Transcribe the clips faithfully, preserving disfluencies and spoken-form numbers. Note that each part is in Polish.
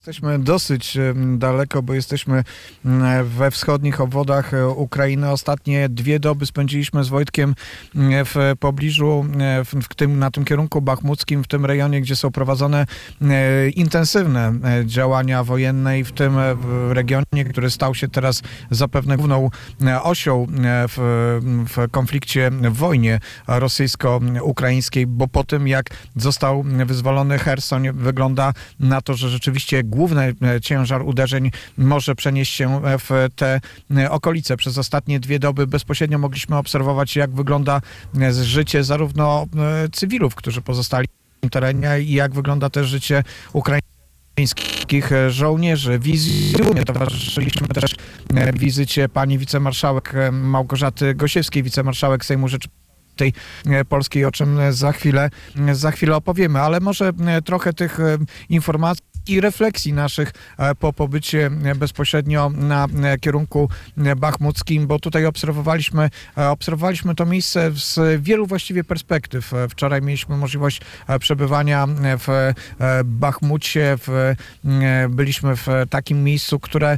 Jesteśmy dosyć daleko, bo jesteśmy we wschodnich obwodach Ukrainy. Ostatnie dwie doby spędziliśmy z Wojtkiem w pobliżu, w tym, na tym kierunku bachmuckim, w tym rejonie, gdzie są prowadzone intensywne działania wojenne i w tym regionie, który stał się teraz zapewne główną osią w, w konflikcie, w wojnie rosyjsko-ukraińskiej, bo po tym, jak został wyzwolony Cherson, wygląda na to, że rzeczywiście główny ciężar uderzeń może przenieść się w te okolice. Przez ostatnie dwie doby bezpośrednio mogliśmy obserwować, jak wygląda życie zarówno cywilów, którzy pozostali w tym terenie, i jak wygląda też życie ukraińskich żołnierzy. Wizycie towarzyszyliśmy też wizycie pani wicemarszałek Małgorzaty Gosiewskiej, wicemarszałek Sejmu Rzeczypospolitej Polskiej, o czym za chwilę, za chwilę opowiemy, ale może trochę tych informacji i refleksji naszych po pobycie bezpośrednio na kierunku bachmuckim, bo tutaj obserwowaliśmy, obserwowaliśmy to miejsce z wielu właściwie perspektyw. Wczoraj mieliśmy możliwość przebywania w Bachmucie, w, byliśmy w takim miejscu, które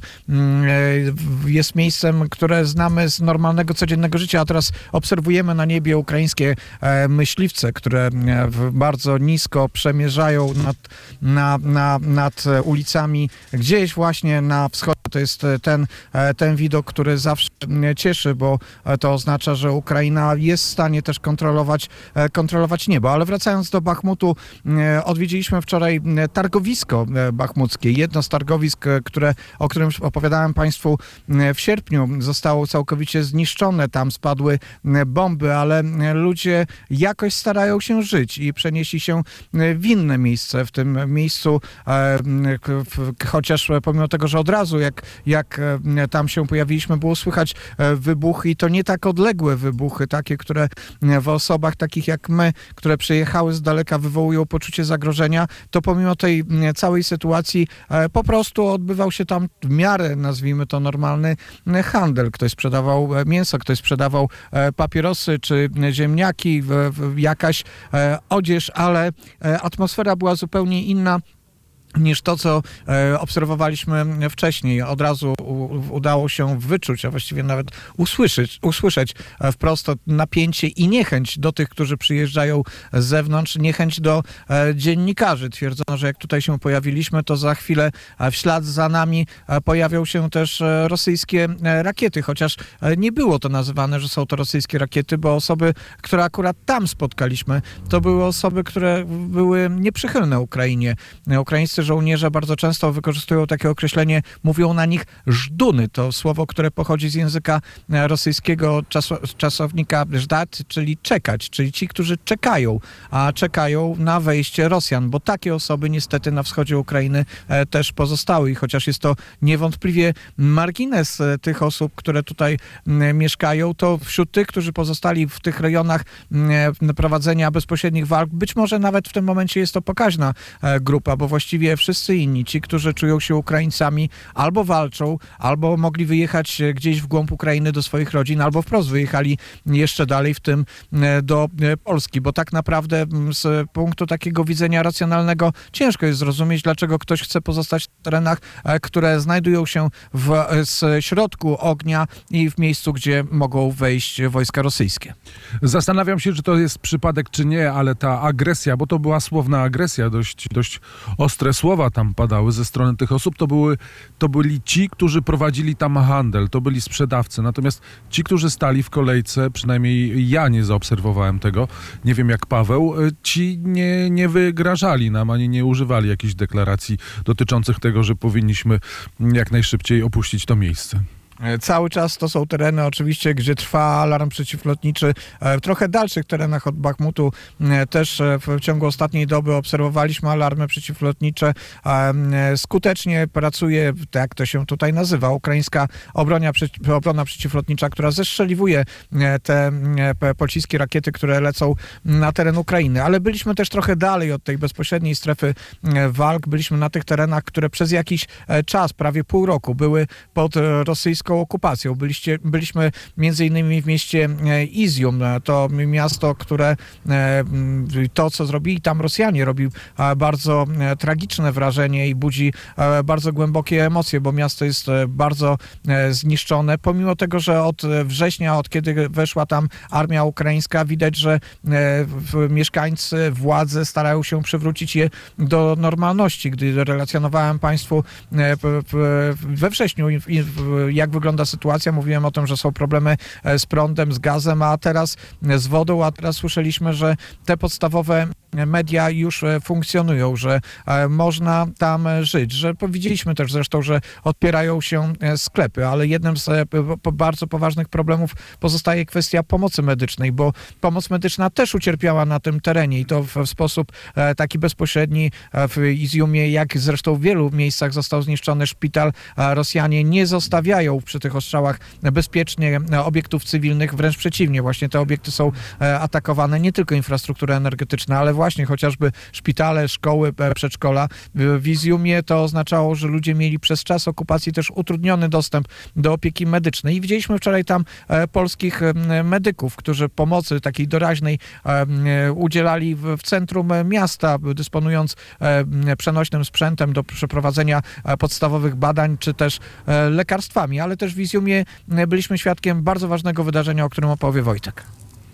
jest miejscem, które znamy z normalnego, codziennego życia, a teraz obserwujemy na niebie ukraińskie myśliwce, które bardzo nisko przemierzają nad, na, na nad ulicami gdzieś właśnie na wschodzie. To jest ten, ten widok, który zawsze cieszy, bo to oznacza, że Ukraina jest w stanie też kontrolować, kontrolować niebo. Ale wracając do Bachmutu, odwiedziliśmy wczoraj targowisko bachmuckie. Jedno z targowisk, które, o którym opowiadałem Państwu w sierpniu, zostało całkowicie zniszczone. Tam spadły bomby, ale ludzie jakoś starają się żyć i przenieśli się w inne miejsce. W tym miejscu chociaż pomimo tego, że od razu jak, jak tam się pojawiliśmy, było słychać wybuchy, i to nie tak odległe wybuchy, takie, które w osobach takich jak my, które przyjechały z daleka, wywołują poczucie zagrożenia, to pomimo tej całej sytuacji po prostu odbywał się tam w miarę, nazwijmy to, normalny handel. Ktoś sprzedawał mięso, ktoś sprzedawał papierosy czy ziemniaki, jakaś odzież, ale atmosfera była zupełnie inna niż to, co e, obserwowaliśmy wcześniej. Od razu u, udało się wyczuć, a właściwie nawet usłyszeć, usłyszeć wprost napięcie i niechęć do tych, którzy przyjeżdżają z zewnątrz, niechęć do e, dziennikarzy. Twierdzono, że jak tutaj się pojawiliśmy, to za chwilę e, w ślad za nami e, pojawią się też e, rosyjskie e, rakiety, chociaż e, nie było to nazywane, że są to rosyjskie rakiety, bo osoby, które akurat tam spotkaliśmy, to były osoby, które były nieprzychylne Ukrainie. Ukraińscy żołnierze bardzo często wykorzystują takie określenie, mówią na nich żduny. To słowo, które pochodzi z języka rosyjskiego czaso- czasownika żdać, czyli czekać, czyli ci, którzy czekają, a czekają na wejście Rosjan, bo takie osoby niestety na wschodzie Ukrainy też pozostały, i chociaż jest to niewątpliwie margines tych osób, które tutaj mieszkają, to wśród tych, którzy pozostali w tych rejonach prowadzenia bezpośrednich walk, być może nawet w tym momencie jest to pokaźna grupa, bo właściwie wszyscy inni, ci, którzy czują się Ukraińcami, albo walczą, albo mogli wyjechać gdzieś w głąb Ukrainy do swoich rodzin, albo wprost wyjechali jeszcze dalej, w tym do Polski, bo tak naprawdę z punktu takiego widzenia racjonalnego ciężko jest zrozumieć, dlaczego ktoś chce pozostać w terenach, które znajdują się w środku ognia i w miejscu, gdzie mogą wejść wojska rosyjskie. Zastanawiam się, czy to jest przypadek, czy nie, ale ta agresja, bo to była słowna agresja, dość, dość ostre słowa tam padały ze strony tych osób, to, były, to byli ci, którzy prowadzili tam handel, to byli sprzedawcy. Natomiast ci, którzy stali w kolejce, przynajmniej ja nie zaobserwowałem tego, nie wiem jak Paweł, ci nie, nie wygrażali nam, ani nie używali jakichś deklaracji dotyczących tego, że powinniśmy jak najszybciej opuścić to miejsce. Cały czas to są tereny oczywiście, gdzie trwa alarm przeciwlotniczy. W trochę dalszych terenach od Bachmutu też w ciągu ostatniej doby obserwowaliśmy alarmy przeciwlotnicze. Skutecznie pracuje, tak jak to się tutaj nazywa, ukraińska obrona, obrona przeciwlotnicza, która zestrzeliwuje te pociski, rakiety, które lecą na teren Ukrainy. Ale byliśmy też trochę dalej od tej bezpośredniej strefy walk. Byliśmy na tych terenach, które przez jakiś czas, prawie pół roku, były pod rosyjską rosyjską okupacją. Byliście, byliśmy między innymi w mieście Izium. To miasto, które to, co zrobili tam Rosjanie, robi bardzo tragiczne wrażenie i budzi bardzo głębokie emocje, bo miasto jest bardzo zniszczone. Pomimo tego, że od września, od kiedy weszła tam armia ukraińska, widać, że mieszkańcy, władze starają się przywrócić je do normalności. Gdy relacjonowałem Państwu we wrześniu, jak wygląda sytuacja, mówiłem o tym, że są problemy z prądem, z gazem, a teraz z wodą, a teraz słyszeliśmy, że te podstawowe media już funkcjonują, że można tam żyć, że widzieliśmy też zresztą, że odpierają się sklepy, ale jednym z bardzo poważnych problemów pozostaje kwestia pomocy medycznej, bo pomoc medyczna też ucierpiała na tym terenie i to w, w sposób taki bezpośredni. W Iziumie, jak zresztą w wielu miejscach został zniszczony szpital. Rosjanie nie zostawiają przy tych ostrzałach bezpiecznie obiektów cywilnych, wręcz przeciwnie, właśnie te obiekty są atakowane, nie tylko infrastruktura energetyczna, ale właśnie chociażby szpitale, szkoły, przedszkola. W Iziumie to oznaczało, że ludzie mieli przez czas okupacji też utrudniony dostęp do opieki medycznej i widzieliśmy wczoraj tam polskich medyków, którzy pomocy takiej doraźnej udzielali w centrum miasta, dysponując przenośnym sprzętem do przeprowadzenia podstawowych badań, czy też lekarstwami, ale też w Iziumie byliśmy świadkiem bardzo ważnego wydarzenia, o którym opowie Wojtek.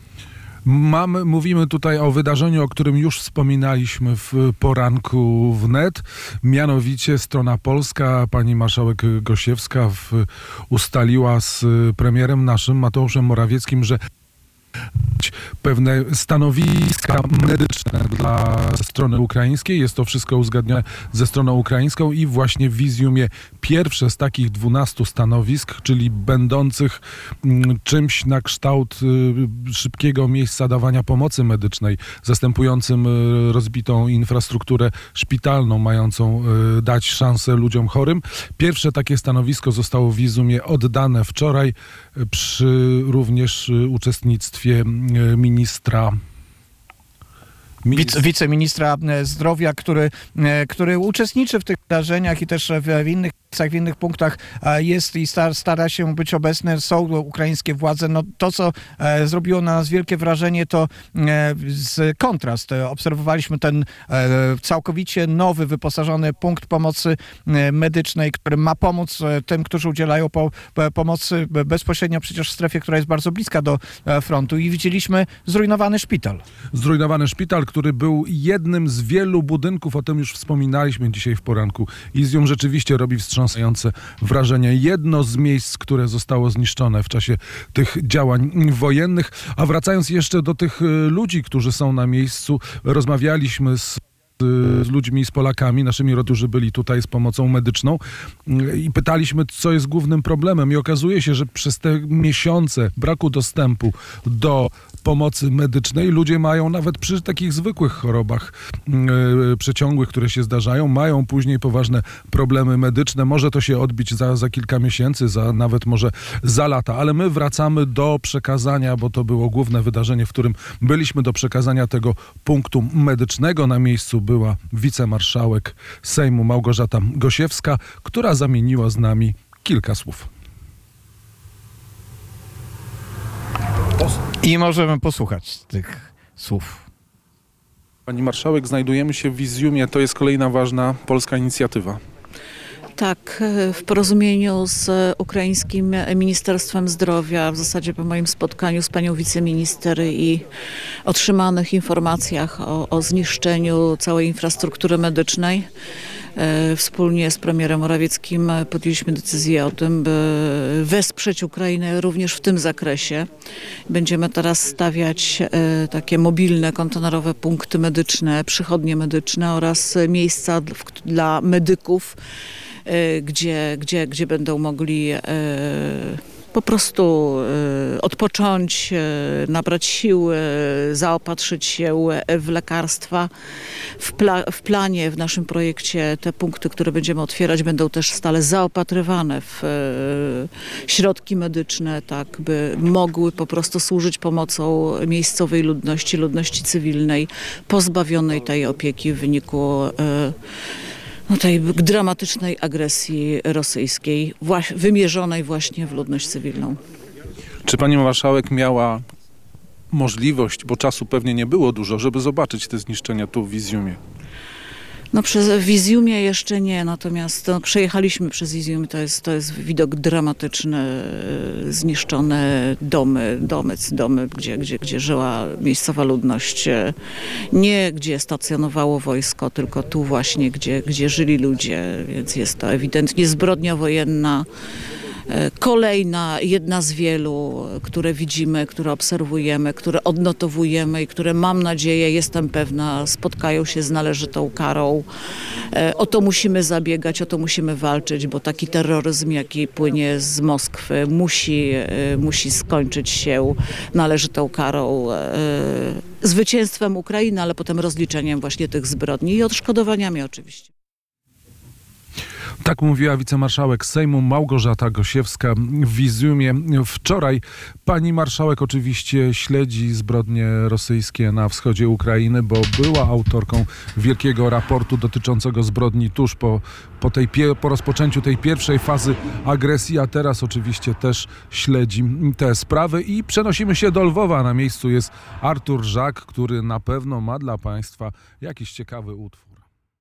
Mamy, mówimy tutaj o wydarzeniu, o którym już wspominaliśmy w poranku wnet. Mianowicie strona polska, pani marszałek Gosiewska w, ustaliła z premierem naszym, Mateuszem Morawieckim, że pewne stanowiska medyczne dla strony ukraińskiej. Jest to wszystko uzgadnione ze stroną ukraińską i właśnie w Iziumie pierwsze z takich dwunastu stanowisk, czyli będących czymś na kształt szybkiego miejsca dawania pomocy medycznej, zastępującym rozbitą infrastrukturę szpitalną, mającą dać szansę ludziom chorym. Pierwsze takie stanowisko zostało w Izumie oddane wczoraj przy również uczestnictwie ministra Wice, wiceministra zdrowia, który, który uczestniczy w tych wydarzeniach i też w innych w innych punktach jest i stara się być obecny. Są ukraińskie władze. No, to, co zrobiło na nas wielkie wrażenie, to z kontrast. Obserwowaliśmy ten całkowicie nowy, wyposażony punkt pomocy medycznej, który ma pomóc tym, którzy udzielają po, pomocy bezpośrednio przecież w strefie, która jest bardzo bliska do frontu i widzieliśmy zrujnowany szpital. Zrujnowany szpital, który był jednym z wielu budynków, o tym już wspominaliśmy dzisiaj w poranku. Izium rzeczywiście robi wstrząsające wrażenie. Jedno z miejsc, które zostało zniszczone w czasie tych działań wojennych. A wracając jeszcze do tych ludzi, którzy są na miejscu, rozmawialiśmy z z ludźmi, z Polakami, naszymi rodaków, którzy byli tutaj z pomocą medyczną i pytaliśmy, co jest głównym problemem i okazuje się, że przez te miesiące braku dostępu do pomocy medycznej ludzie mają nawet przy takich zwykłych chorobach yy, przeciągłych, które się zdarzają, mają później poważne problemy medyczne. Może to się odbić za, za kilka miesięcy, za nawet może za lata, ale my wracamy do przekazania, bo to było główne wydarzenie, w którym byliśmy, do przekazania tego punktu medycznego. Na miejscu była wicemarszałek Sejmu Małgorzata Gosiewska, która zamieniła z nami kilka słów. I możemy posłuchać tych słów. Pani marszałek, znajdujemy się w Iziumie. To jest kolejna ważna polska inicjatywa. Tak, w porozumieniu z ukraińskim Ministerstwem Zdrowia, w zasadzie po moim spotkaniu z panią wiceminister i otrzymanych informacjach o, o zniszczeniu całej infrastruktury medycznej, wspólnie z premierem Morawieckim podjęliśmy decyzję o tym, by wesprzeć Ukrainę również w tym zakresie. Będziemy teraz stawiać takie mobilne, kontenerowe punkty medyczne, przychodnie medyczne oraz miejsca dla medyków, gdzie, gdzie, gdzie będą mogli po prostu odpocząć, nabrać siły, zaopatrzyć się w lekarstwa. W, pla- w planie, w naszym projekcie te punkty, które będziemy otwierać, będą też stale zaopatrywane w środki medyczne, tak by mogły po prostu służyć pomocą miejscowej ludności, ludności cywilnej, pozbawionej tej opieki w wyniku no, tej dramatycznej agresji rosyjskiej, właśnie, wymierzonej właśnie w ludność cywilną. Czy pani marszałek miała możliwość, bo czasu pewnie nie było dużo, żeby zobaczyć te zniszczenia tu w Iziumie? No przez w Iziumie jeszcze nie, natomiast no, przejechaliśmy przez Izium, to jest, to jest widok dramatyczny, e, zniszczone domy, domy, domy gdzie, gdzie, gdzie żyła miejscowa ludność. E, Nie gdzie stacjonowało wojsko, tylko tu właśnie, gdzie, gdzie żyli ludzie, więc jest to ewidentnie zbrodnia wojenna. E, Kolejna, jedna z wielu, które widzimy, które obserwujemy, które odnotowujemy i które, mam nadzieję, jestem pewna, spotkają się z należytą karą. E, O to musimy zabiegać, o to musimy walczyć, bo taki terroryzm, jaki płynie z Moskwy, musi, e, musi skończyć się należytą karą, e, zwycięstwem Ukrainy, ale potem rozliczeniem właśnie tych zbrodni i odszkodowaniami oczywiście. Tak mówiła wicemarszałek Sejmu Małgorzata Gosiewska w Iziumie wczoraj. Pani marszałek oczywiście śledzi zbrodnie rosyjskie na wschodzie Ukrainy, bo była autorką wielkiego raportu dotyczącego zbrodni tuż po, po, tej, pie- po rozpoczęciu tej pierwszej fazy agresji, a teraz oczywiście też śledzi te sprawy. I przenosimy się do Lwowa. Na miejscu jest Artur Żak, który na pewno ma dla Państwa jakiś ciekawy utwór.